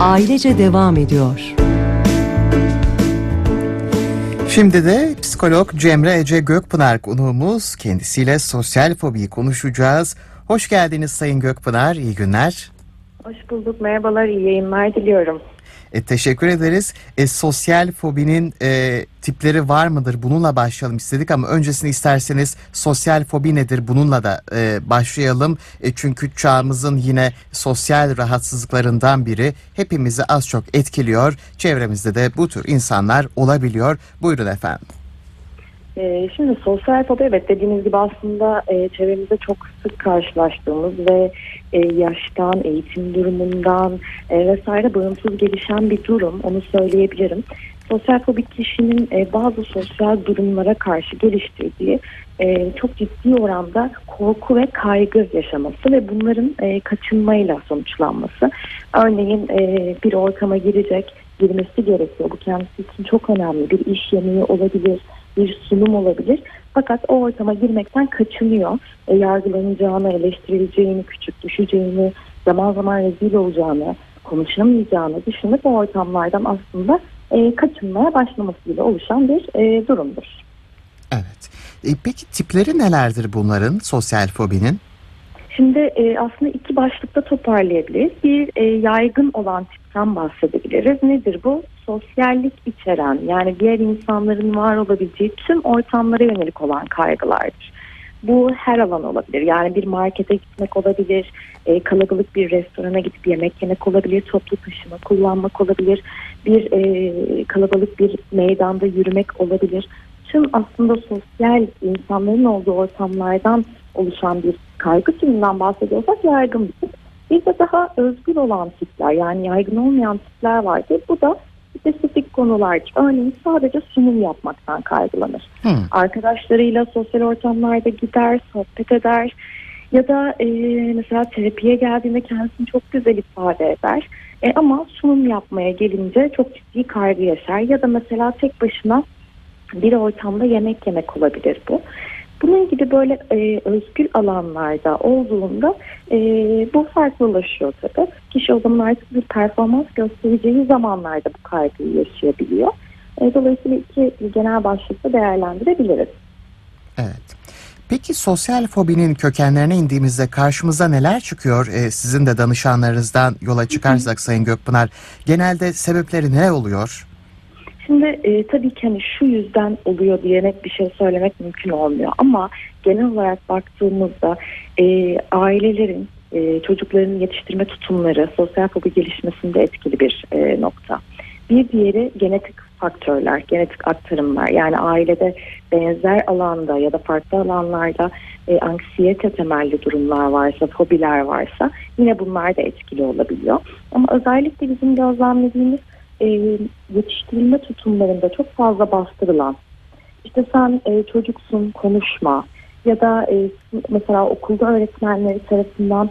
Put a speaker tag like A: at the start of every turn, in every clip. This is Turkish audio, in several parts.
A: ailece devam ediyor.
B: Şimdi de psikolog Cemre Ece Gökpınar konuğumuz. Kendisiyle sosyal fobiyi konuşacağız. Hoş geldiniz Sayın Gökpınar, iyi günler.
C: Hoş bulduk, merhabalar, iyi yayınlar diliyorum.
B: Teşekkür ederiz. Sosyal fobinin tipleri var mıdır? Bununla başlayalım istedik ama öncesini isterseniz sosyal fobi nedir? Bununla da başlayalım. Çünkü çağımızın yine sosyal rahatsızlıklarından biri hepimizi az çok etkiliyor. Çevremizde de bu tür insanlar olabiliyor. Buyurun efendim.
C: Şimdi sosyal fobi, evet, dediğiniz gibi aslında çevremizde çok sık karşılaştığımız ve yaştan, eğitim durumundan vesaire bağımsız gelişen bir durum, onu söyleyebilirim. Sosyal fobi kişinin bazı sosyal durumlara karşı geliştirdiği çok ciddi oranda korku ve kaygı yaşaması ve bunların kaçınmayla sonuçlanması. Örneğin bir ortama girmesi gerekiyor. Bu kendisi için çok önemli. Bir iş yemeği olabilir, bir sunum olabilir. Fakat o ortama girmekten kaçınıyor. Yargılanacağını, eleştirileceğini, küçük düşeceğini, zaman zaman rezil olacağını, konuşamayacağını düşünüp o ortamlardan aslında kaçınmaya başlamasıyla oluşan bir durumdur.
B: Evet. Peki tipleri nelerdir bunların, sosyal fobinin?
C: Şimdi aslında iki başlıkta toparlayabiliriz. Bir yaygın olan tipten bahsedebiliriz. Nedir bu? Sosyallik içeren, yani diğer insanların var olabileceği tüm ortamlara yönelik olan kaygılardır. Bu her alan olabilir. Yani bir markete gitmek olabilir, kalabalık bir restorana gidip yemek yemek olabilir, toplu taşıma kullanmak olabilir, bir kalabalık bir meydanda yürümek olabilir. Tüm aslında sosyal insanların olduğu ortamlardan oluşan bir kaygı türünden bahsediyorsak yaygın bir tip. Bir de daha özgür olan tipler, yani yaygın olmayan tipler vardır. Bu da spesifik konular. Örneğin sadece sunum yapmaktan kaygılanır. Arkadaşlarıyla sosyal ortamlarda gider, sohbet eder ya da mesela terapiye geldiğinde kendisini çok güzel ifade eder. Ama sunum yapmaya gelince çok ciddi kaygı yaşar ya da mesela tek başına bir ortamda yemek yemek olabilir bu. Bunun gibi böyle özgür alanlarda olduğunda bu farklılaşıyor tabii. Kişi o zaman artık bir performans göstereceği zamanlarda bu kaygıyı yaşayabiliyor. Dolayısıyla iki genel başlıkta değerlendirebiliriz.
B: Evet. Peki sosyal fobinin kökenlerine indiğimizde karşımıza neler çıkıyor? Sizin de danışanlarınızdan yola çıkarsak Sayın Gökpınar, genelde sebepleri ne oluyor?
C: Şimdi tabii ki hani şu yüzden oluyor diye net bir şey söylemek mümkün olmuyor. Ama genel olarak baktığımızda ailelerin, çocukların yetiştirme tutumları sosyal fobi gelişmesinde etkili bir nokta. Bir diğeri genetik faktörler, genetik aktarımlar. Yani ailede benzer alanda ya da farklı alanlarda anksiyete temelli durumlar varsa, fobiler varsa yine bunlar da etkili olabiliyor. Ama özellikle bizim gözlemlediğimiz yetiştirilme tutumlarında çok fazla bastırılan, işte sen çocuksun konuşma ya da mesela okulda öğretmenleri tarafından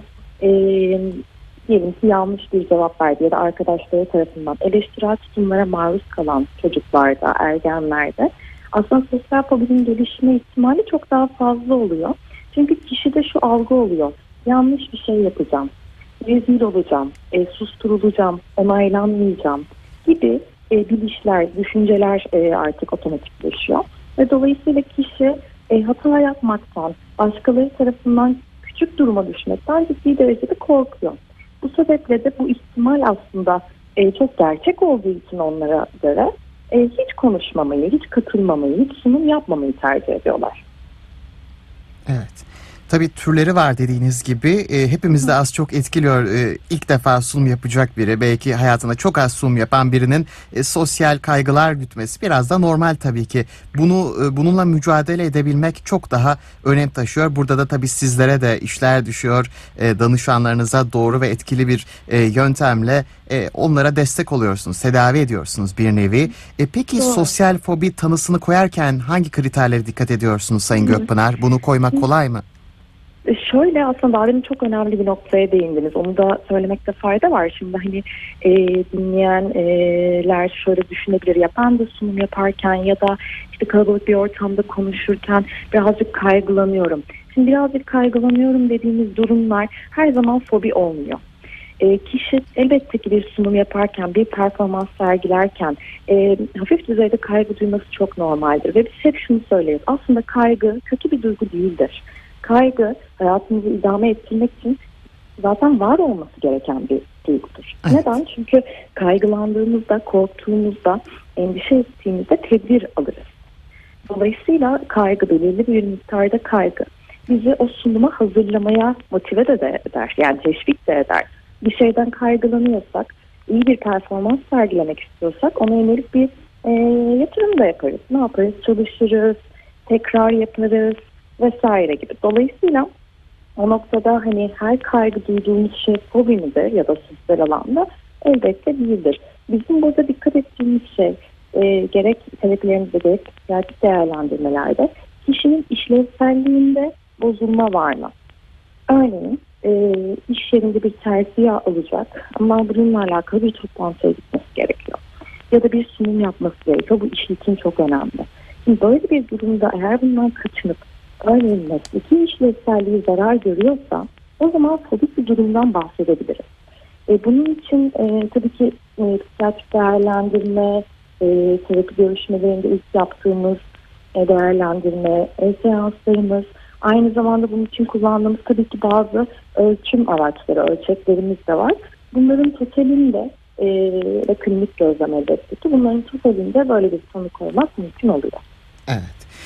C: diyelim ki yanlış bir cevap verdi ya da arkadaşları tarafından eleştirel tutumlara maruz kalan çocuklarda, ergenlerde aslında sosyal fobinin gelişme ihtimali çok daha fazla oluyor. Çünkü kişide şu algı oluyor: yanlış bir şey yapacağım, rezil olacağım, susturulacağım, onaylanmayacağım gibi bilişler, düşünceler artık otomatikleşiyor. Ve dolayısıyla kişi hata yapmaktan, başkaları tarafından küçük duruma düşmekten ciddi derecede korkuyor. Bu sebeple de bu ihtimal aslında çok gerçek olduğu için onlara göre hiç konuşmamayı, hiç katılmamayı, hiç sunum yapmamayı tercih ediyorlar.
B: Evet. Tabii türleri var dediğiniz gibi. Hepimiz de az çok etkiliyor. İlk defa sunum yapacak biri, belki hayatında çok az sunum yapan birinin sosyal kaygılar gütmesi biraz da normal tabii ki. Bununla mücadele edebilmek çok daha önem taşıyor. Burada da tabii sizlere de işler düşüyor. Danışanlarınıza doğru ve etkili bir yöntemle onlara destek oluyorsunuz, tedavi ediyorsunuz bir nevi. Peki
C: Doğru.
B: sosyal fobi tanısını koyarken hangi kriterlere dikkat ediyorsunuz Sayın Gökpınar? Bunu koymak kolay mı?
C: Şöyle, aslında daha demin çok önemli bir noktaya değindiniz. Onu da söylemekte fayda var. Şimdi hani dinleyenler şöyle düşünebilir: ya ben de sunum yaparken ya da işte kalabalık bir ortamda konuşurken birazcık kaygılanıyorum. Şimdi birazcık kaygılanıyorum dediğimiz durumlar her zaman fobi olmuyor. kişi elbette ki bir sunum yaparken, bir performans sergilerken hafif düzeyde kaygı duyması çok normaldir. Ve biz hep şunu söyleriz. Aslında kaygı kötü bir duygu değildir. Kaygı hayatımızı idame ettirmek için zaten var olması gereken bir duygudur.
B: Evet.
C: Neden? Çünkü kaygılandığımızda, korktuğumuzda, endişe ettiğimizde tedbir alırız. Dolayısıyla kaygı, belirli bir miktarda kaygı bizi o sunuma hazırlamaya motive de eder. Yani teşvik de eder. Bir şeyden kaygılanıyorsak, iyi bir performans sergilemek istiyorsak ona yönelik bir yatırım da yaparız. Ne yaparız? Çalışırız, tekrar yaparız vesaire gibi. Dolayısıyla o noktada hani her kaygı duyduğumuz şey fobi midir ya da sosyal alanda elbette değildir. Bizim burada dikkat ettiğimiz şey gerek terapilerimizde gerek psikiyatrik değerlendirmelerde kişinin işlevselliğinde bozulma var mı? Örneğin iş yerinde bir terziye alacak ama bununla alakalı bir toplantıya gitmesi gerekiyor. Ya da bir sunum yapması gerekiyor. Bu iş için çok önemli. Şimdi böyle bir durumda eğer bundan kaçınıp örneğin mesleki işlevselliği zarar görüyorsa o zaman fobik bir durumdan bahsedebiliriz. Bunun için tabii ki psikiyatrik değerlendirme, terapi görüşmelerinde ilk yaptığımız değerlendirme, seanslarımız, aynı zamanda bunun için kullandığımız tabii ki bazı ölçüm araçları, ölçeklerimiz de var. Bunların totalinde ve klinik gözlem elbette ki bunların totalinde böyle bir tanı koymak mümkün oluyor.
B: Evet.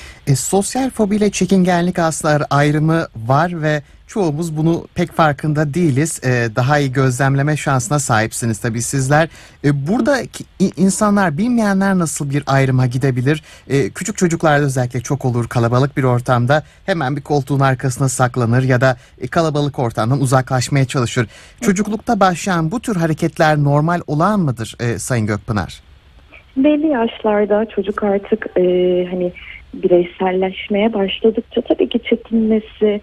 B: Sosyal fobi ile çekingenlik aslında ayrımı var ve çoğumuz bunu pek farkında değiliz. Daha iyi gözlemleme şansına sahipsiniz tabii sizler. Buradaki insanlar, bilmeyenler nasıl bir ayrıma gidebilir? Küçük çocuklarda özellikle çok olur, kalabalık bir ortamda hemen bir koltuğun arkasına saklanır ya da kalabalık ortamdan uzaklaşmaya çalışır. Çocuklukta başlayan bu tür hareketler normal olan mıdır Sayın Gökpınar?
C: Belli yaşlarda çocuk artık hani bireyselleşmeye başladıkça tabii ki çekinmesi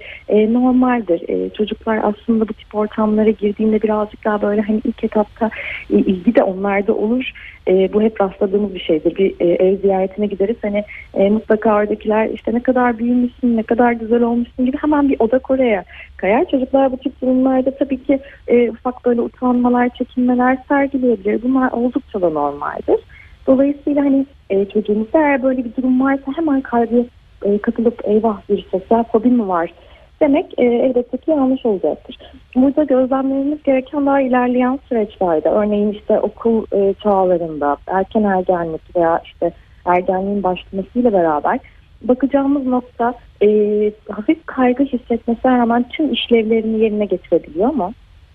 C: normaldir. Çocuklar aslında bu tip ortamlara girdiğinde birazcık daha böyle hani ilk etapta ilgi de onlarda olur. Bu hep rastladığımız bir şeydir. Bir ev ziyaretine gideriz. Hani mutlaka oradakiler işte ne kadar büyümüşsün, ne kadar güzel olmuşsun gibi hemen bir odak oraya kayar. Çocuklar bu tip durumlarda tabii ki ufak böyle utanmalar, çekinmeler sergileyebilir. Bunlar oldukça da normaldir. Dolayısıyla hani çocuğumuzda eğer böyle bir durum varsa hemen kaygıya katılıp eyvah bir sosyal fobi mi var demek elbette ki yanlış olacaktır. Burada gözlemlememiz gereken daha ilerleyen süreçlerde, örneğin işte okul çağlarında, erken ergenlik veya işte ergenliğin başlamasıyla beraber bakacağımız nokta hafif kaygı hissetmesine rağmen tüm işlevlerini yerine getirebiliyor mu?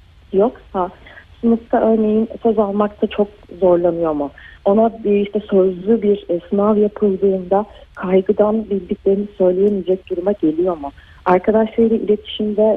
C: Yoksa sınıfta örneğin söz almakta çok zorlanıyor mu? Ona işte sözlü bir sınav yapıldığında kaygıdan bildiklerini söyleyemeyecek duruma geliyor mu? Arkadaşlarıyla iletişimde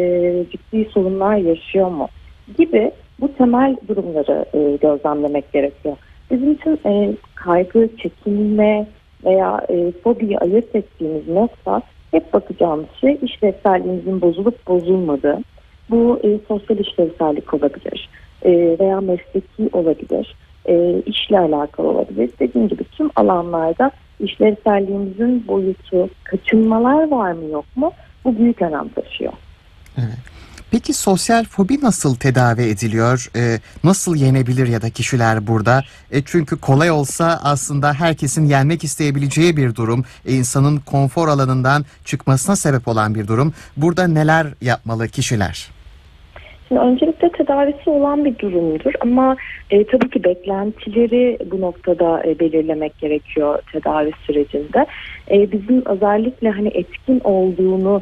C: ciddi sorunlar yaşıyor mu? Gibi bu temel durumları gözlemlemek gerekiyor. Bizim için kaygı, çekinme veya fobiyi ayırt ettiğimiz nokta hep bakacağımız şey işlevselliğimizin bozulup bozulmadığı. Bu sosyal işlevsellik olabilir veya mesleki olabilir. İşle alakalı olabilir. Dediğim gibi tüm alanlarda işlevselliğimizin boyutu, kaçınmalar var mı yok mu? Bu büyük önem taşıyor.
B: Evet. Peki sosyal fobi nasıl tedavi ediliyor? Nasıl yenebilir ya da kişiler burada? Çünkü kolay olsa aslında herkesin yenmek isteyebileceği bir durum. İnsanın konfor alanından çıkmasına sebep olan bir durum. Burada neler yapmalı kişiler?
C: Şimdi öncelikle tedavisi olan bir durumdur ama tabii ki beklentileri bu noktada belirlemek gerekiyor tedavi sürecinde. Bizim özellikle hani etkin olduğunu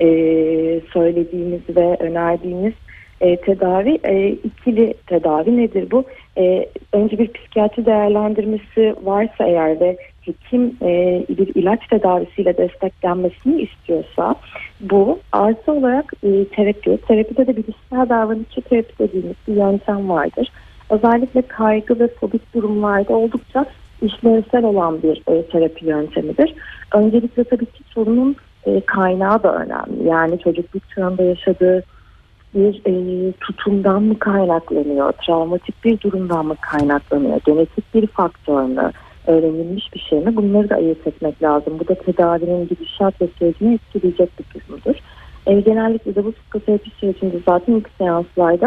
C: söylediğimiz ve önerdiğimiz tedavi ikili tedavi nedir bu? Önce bir psikiyatri değerlendirmesi varsa eğer ve hekim bir ilaç tedavisiyle desteklenmesini istiyorsa bu artı olarak terapi. Terapide de bilişsel davranışçı terapi dediğimiz bir yöntem vardır. Özellikle kaygı ve fobik durumlarda oldukça işlevsel olan bir terapi yöntemidir. Öncelikle tabii ki sorunun kaynağı da önemli. Yani çocukluk çağında yaşadığı bir tutumdan mı kaynaklanıyor, travmatik bir durumdan mı kaynaklanıyor, genetik bir faktör mü, öğrenilmiş bir şey mi? Bunları da ayırt etmek lazım. Bu da tedavinin gidişat ve sürecini etkileyecek bir durumdur. Genellikle de bu psikoterapi sürecinde zaten ilk seanslarda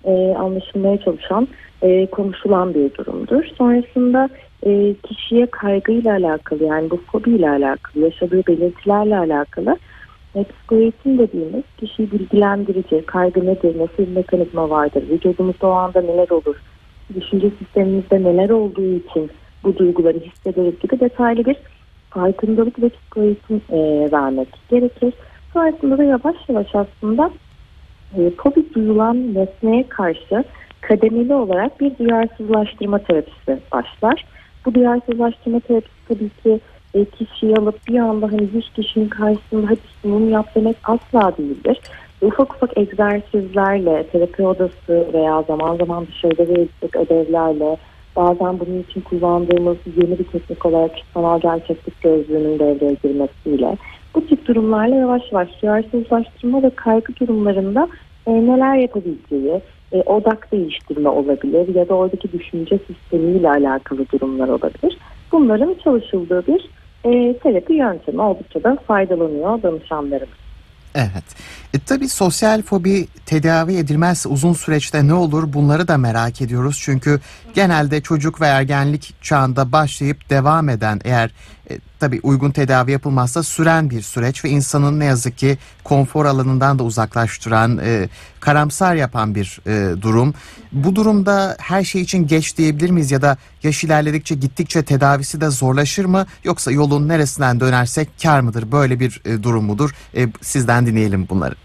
C: anlaşılmaya çalışan, konuşulan bir durumdur. Sonrasında kişiye kaygıyla alakalı, yani bu fobiyle alakalı, yaşadığı belirtilerle alakalı psikoeğitim dediğimiz kişiyi bilgilendirici, kaygı nedir, nasıl bir mekanizma vardır, vücudumuzda o anda neler olur, düşünce sistemimizde neler olduğu için bu duyguları hissederiz gibi detaylı bir farkındalık ve psikoeğitim vermek gerekir. Sonrasında da yavaş yavaş aslında fobi duyulan nesneye karşı kademeli olarak bir duyarsızlaştırma terapisi başlar. Bu duyarsızlaştırma terapisi tabii ki kişiyi alıp bir anda hani 100 kişinin karşısında hadi sunum yap demek asla değildir. Ufak ufak egzersizlerle, terapi odası veya zaman zaman dışarıda verilecek ödevlerle, bazen bunun için kullandığımız yeni bir teknik olarak sanal gerçeklik gözlüğünün devreye girmesiyle, bu tip durumlarla yavaş yavaş duyarsızlaştırma ve kaygı durumlarında neler yapabileceği, odak değiştirme olabilir ya da oradaki düşünce sistemiyle alakalı durumlar olabilir. Bunların çalışıldığı bir terapi yöntemi, oldukça da faydalanıyor danışanlarımız.
B: Evet. Tabii sosyal fobi tedavi edilmezse uzun süreçte ne olur, bunları da merak ediyoruz. Çünkü genelde çocuk ve ergenlik çağında başlayıp devam eden, eğer tabii uygun tedavi yapılmazsa süren bir süreç ve insanın ne yazık ki konfor alanından da uzaklaştıran, karamsar yapan bir durum. Bu durumda her şey için geç diyebilir miyiz ya da yaş ilerledikçe gittikçe tedavisi de zorlaşır mı, yoksa yolun neresinden dönersek kâr mıdır, böyle bir durum mudur? Sizden dinleyelim bunları.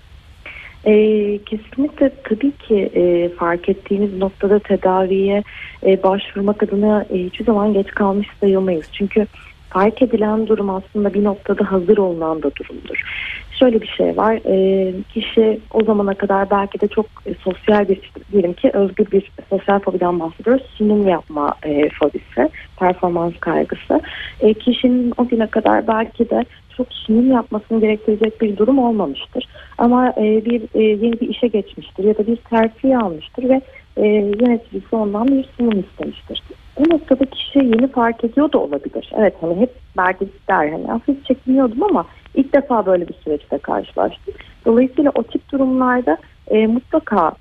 C: Kesinlikle tabii ki fark ettiğiniz noktada tedaviye başvurmak adına hiçbir zaman geç kalmış sayılmayız. Çünkü fark edilen durum aslında bir noktada hazır olunan da durumdur. Şöyle bir şey var, kişi o zamana kadar belki de çok sosyal bir, diyelim ki özgür bir sosyal fobiden bahsediyoruz. Sunum yapma fobisi, performans kaygısı. Kişinin o güne kadar belki de çok sunum yapmasını gerektirecek bir durum olmamıştır. Ama yeni bir işe geçmiştir ya da bir terfi almıştır ve yöneticisi ondan bir sunum istemiştir. Bu noktada kişi yeni fark ediyor da olabilir. Evet, hani hep belki der, hani hafif çekiniyordum ama ilk defa böyle bir süreçte karşılaştım. Dolayısıyla o tip durumlarda mutlaka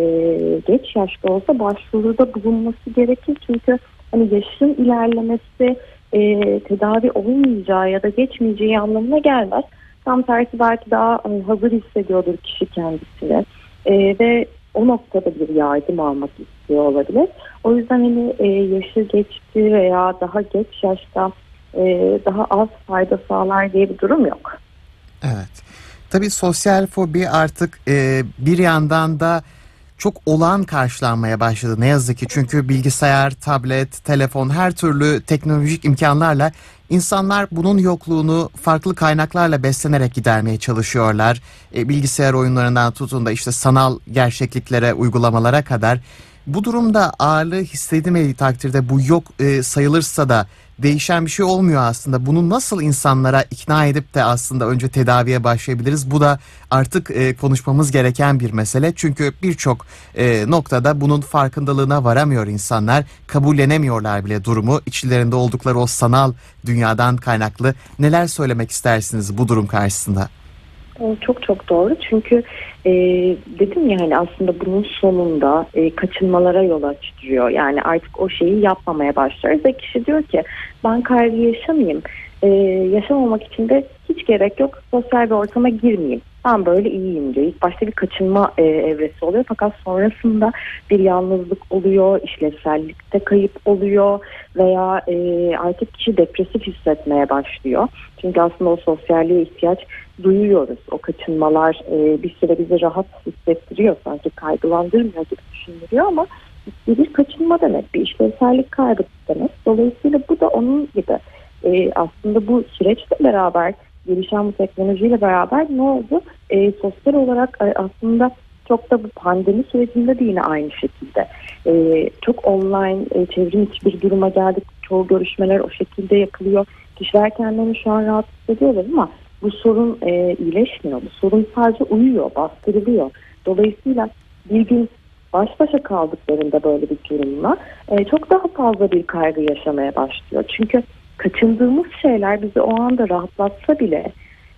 C: geç yaşta olsa başvuruda bulunması gerekir. Çünkü hani yaşın ilerlemesi tedavi olmayacağı ya da geçmeyeceği anlamına gelmez. Tam tersi, belki daha hazır hissediyordur kişi kendisini ve o noktada bir yardım almak istiyor olabilir. O yüzden hani yaşı geçti veya daha geç yaşta daha az fayda sağlar diye bir durum yok.
B: Evet. Tabii sosyal fobi artık bir yandan da çok olağan karşılanmaya başladı ne yazık ki. Çünkü bilgisayar, tablet, telefon, her türlü teknolojik imkanlarla insanlar bunun yokluğunu farklı kaynaklarla beslenerek gidermeye çalışıyorlar. Bilgisayar oyunlarından tutun da işte sanal gerçekliklere, uygulamalara kadar. Bu durumda ağırlığı hissedilmediği takdirde bu yok sayılırsa da değişen bir şey olmuyor aslında. Bunu nasıl insanlara ikna edip de aslında önce tedaviye başlayabiliriz? Bu da artık konuşmamız gereken bir mesele. Çünkü birçok noktada bunun farkındalığına varamıyor insanlar. Kabullenemiyorlar bile durumu. İçlerinde oldukları o sanal dünyadan kaynaklı. Neler söylemek istersiniz bu durum karşısında?
C: Çok çok doğru, çünkü dedim ya hani aslında bunun sonunda kaçınmalara yol açtırıyor. Yani artık o şeyi yapmamaya başlarız ve kişi diyor ki ben kaygı yaşamayayım, yaşamamak için de hiç gerek yok, sosyal bir ortama girmeyeyim, ben böyle iyiyim diyor. İlk başta bir kaçınma evresi oluyor, fakat sonrasında bir yalnızlık oluyor, işlevsellikte kayıp oluyor veya artık kişi depresif hissetmeye başlıyor. Çünkü aslında o sosyalliğe ihtiyaç duyuyoruz. O kaçınmalar bir süre bizi rahat hissettiriyor, sanki kaygılandırmıyor gibi düşünülüyor ama bir kaçınma demek, bir işlevsellik kaybı demek. Dolayısıyla bu da onun gibi. Aslında bu süreçle beraber, gelişen bu teknolojiyle beraber ne oldu? Sosyal olarak aslında çok da bu pandemi sürecinde de yine aynı şekilde çok online, çevrim içi bir duruma geldik. Çoğu görüşmeler o şekilde yapılıyor. Kişiler kendilerini şu an rahat hissediyorlar ama bu sorun iyileşmiyor. Bu sorun sadece uyuyor, bastırılıyor. Dolayısıyla bir gün baş başa kaldıklarında böyle bir durumla çok daha fazla bir kaygı yaşamaya başlıyor. Çünkü kaçındığımız şeyler bizi o anda rahatlatsa bile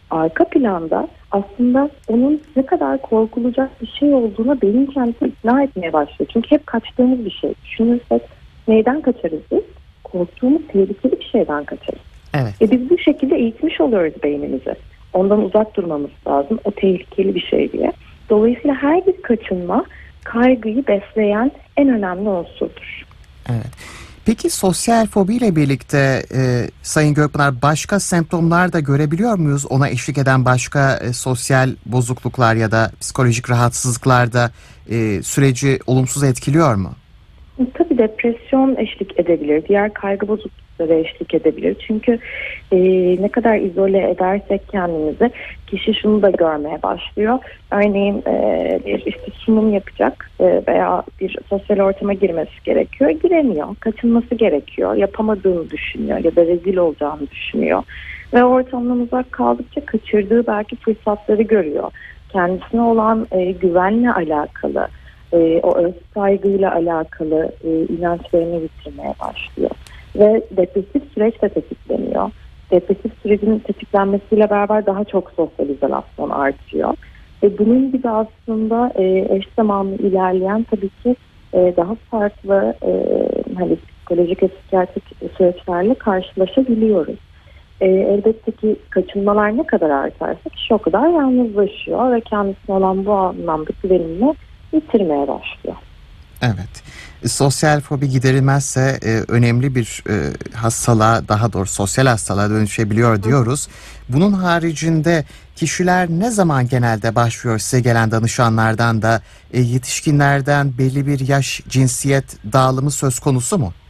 C: arka planda aslında onun ne kadar korkulacak bir şey olduğuna beyin kendisi ikna etmeye başlıyor. Çünkü hep kaçtığımız bir şey. Düşünürsek neyden kaçarız biz? Korktuğumuz tehlikeli bir şeyden kaçarız.
B: Evet.
C: Biz bu şekilde eğitmiş oluyoruz beynimizi. Ondan uzak durmamız lazım. O tehlikeli bir şey diye. Dolayısıyla her bir kaçınma kaygıyı besleyen en önemli unsurdur.
B: Evet. Peki sosyal fobiyle birlikte Sayın Gökpınar başka semptomlar da görebiliyor muyuz? Ona eşlik eden başka sosyal bozukluklar ya da psikolojik rahatsızlıklar da süreci olumsuz etkiliyor mu?
C: Tabii depresyon eşlik edebilir. Diğer kaygı bozuklukları eşlik edebilir. Çünkü ne kadar izole edersek kendimizi kişi şunu da görmeye başlıyor. Örneğin bir işte sunum yapacak veya bir sosyal ortama girmesi gerekiyor. Giremiyor. Kaçınması gerekiyor. Yapamadığını düşünüyor ya da rezil olacağını düşünüyor. Ve ortamdan uzak kaldıkça kaçırdığı belki fırsatları görüyor. Kendisine olan güvenle alakalı, o öz saygıyla alakalı inançlarını yitirmeye başlıyor. Ve depresif süreç de tetikleniyor. Depresif sürecin tetiklenmesiyle beraber daha çok sosyal izolasyon artıyor. Bunun gibi aslında eş zamanlı ilerleyen tabii ki daha farklı hani psikolojik ve psikiyatrik süreçlerle karşılaşabiliyoruz. Elbette ki kaçınmalar ne kadar artarsa kişi o kadar yalnızlaşıyor ve kendisine olan bu anlamda güvenini yitirmeye başlıyor.
B: Evet. Sosyal fobi giderilmezse önemli bir hastalığa, daha doğrusu sosyal hastalığa dönüşebiliyor diyoruz. Bunun haricinde kişiler ne zaman genelde başvuruyor size gelen danışanlardan da yetişkinlerden belli bir yaş, cinsiyet dağılımı söz konusu mu?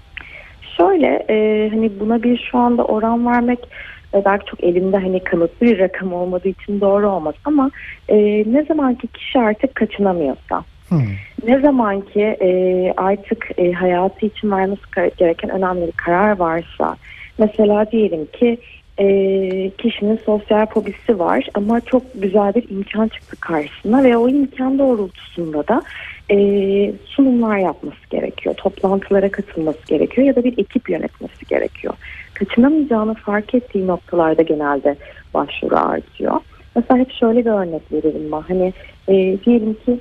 C: Şöyle hani buna bir şu anda oran vermek belki çok elimde hani kanıtlı bir rakam olmadığı için doğru olmaz ama ne zamanki kişi artık kaçınamıyorsa, ne zamanki artık hayatı için vermesi gereken önemli bir karar varsa, mesela diyelim ki kişinin sosyal fobisi var ama çok güzel bir imkan çıktı karşısına ve o imkan doğrultusunda da sunumlar yapması gerekiyor, toplantılara katılması gerekiyor ya da bir ekip yönetmesi gerekiyor. Kaçınamayacağını fark ettiği noktalarda genelde başvuru artıyor. Mesela hep şöyle bir örnek veririm ben. Hani diyelim ki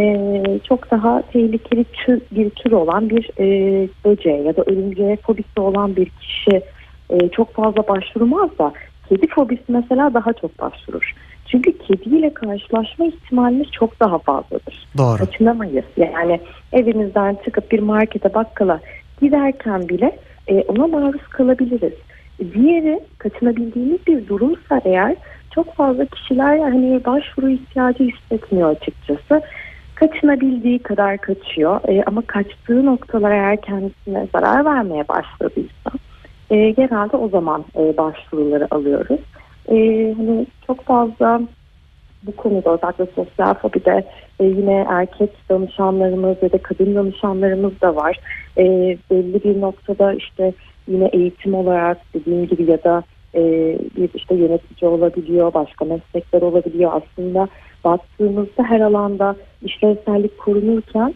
C: çok daha tehlikeli bir tür olan bir böceğe ya da örümceğe fobisi olan bir kişi çok fazla başvurmaz da kedi fobisi mesela daha çok başvurur. Çünkü kediyle karşılaşma ihtimalimiz çok daha fazladır.
B: Doğru.
C: Kaçınamayız. Yani evimizden çıkıp bir markete, bakkala giderken bile ona maruz kalabiliriz. Diğeri kaçınabildiğimiz bir durumsa eğer çok fazla kişiler yani başvuru ihtiyacı hissetmiyor açıkçası. Kaçınabildiği kadar kaçıyor ama kaçtığı noktalar eğer kendisine zarar vermeye başladıysa genelde o zaman başvuruları alıyoruz. Hani çok fazla bu konuda özellikle sosyal fobide yine erkek danışanlarımız ya da kadın danışanlarımız da var. Belli bir noktada işte yine eğitim olarak dediğim gibi ya da bir işte yönetici olabiliyor, başka meslekler olabiliyor. Aslında baktığımızda her alanda işlevsellik korunurken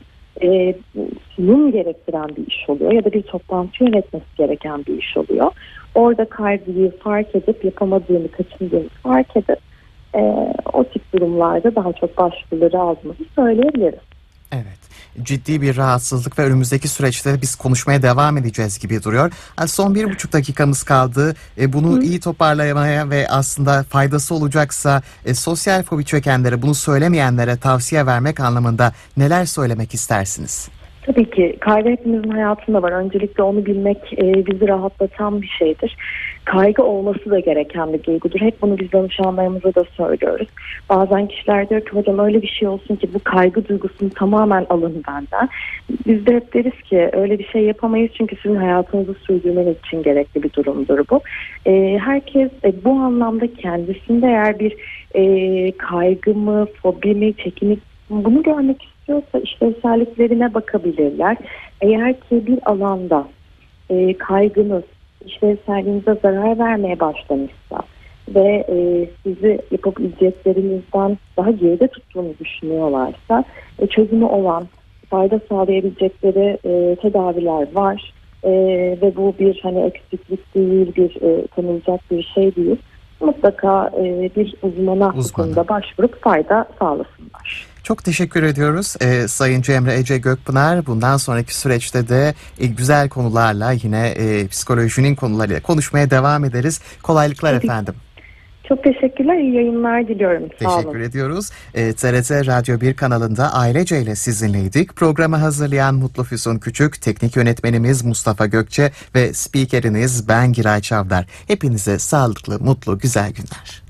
C: sunum gerektiren bir iş oluyor ya da bir toplantı yönetmesi gereken bir iş oluyor. Orada kaygıyı fark edip yapamadığını, kaçındığını fark edip o tip durumlarda daha çok başvuruları aldığımızı söyleyebiliriz.
B: Evet. Ciddi bir rahatsızlık ve önümüzdeki süreçte biz konuşmaya devam edeceğiz gibi duruyor. Son 1,5 dakikamız kaldı. Bunu iyi toparlamaya ve aslında faydası olacaksa sosyal fobi çökenlere, bunu söylemeyenlere tavsiye vermek anlamında neler söylemek istersiniz?
C: Tabii ki kaygı hepimizin hayatında var. Öncelikle onu bilmek bizi rahatlatan bir şeydir. Kaygı olması da gereken bir duygudur. Hep bunu biz danışanlarımıza da söylüyoruz. Bazen kişiler diyor ki hocam öyle bir şey olsun ki bu kaygı duygusunu tamamen alın benden. Biz de hep deriz ki öyle bir şey yapamayız çünkü sizin hayatınızı sürdürmeniz için gerekli bir durumdur bu. Herkes bu anlamda kendisinde eğer bir kaygı mı, fobi mi, çekinlik bunu görmek istiyorsa işlevselliklerine bakabilirler. Eğer ki bir alanda kaygınız işlevselliğinize zarar vermeye başlamışsa ve sizi yapabileceklerinizden daha geride tuttuğunu düşünüyorlarsa çözümü olan, fayda sağlayabilecekleri tedaviler var ve bu bir hani eksiklik değil, bir tanınacak bir şey değil. mutlaka bir uzmana bu konuda başvurup fayda sağlasınlar.
B: Çok teşekkür ediyoruz Sayın Cemre Ece Gökpınar. Bundan sonraki süreçte de güzel konularla yine psikolojinin konularıyla konuşmaya devam ederiz. Kolaylıklar efendim.
C: Çok teşekkürler. İyi yayınlar diliyorum. Sağ olun.
B: Teşekkür ediyoruz. TRT Radyo 1 kanalında Ailece ile sizinleydik. Programı hazırlayan Mutlu Füsun Küçük, teknik yönetmenimiz Mustafa Gökçe ve spikeriniz ben Giray Çavdar. Hepinize sağlıklı, mutlu, güzel günler.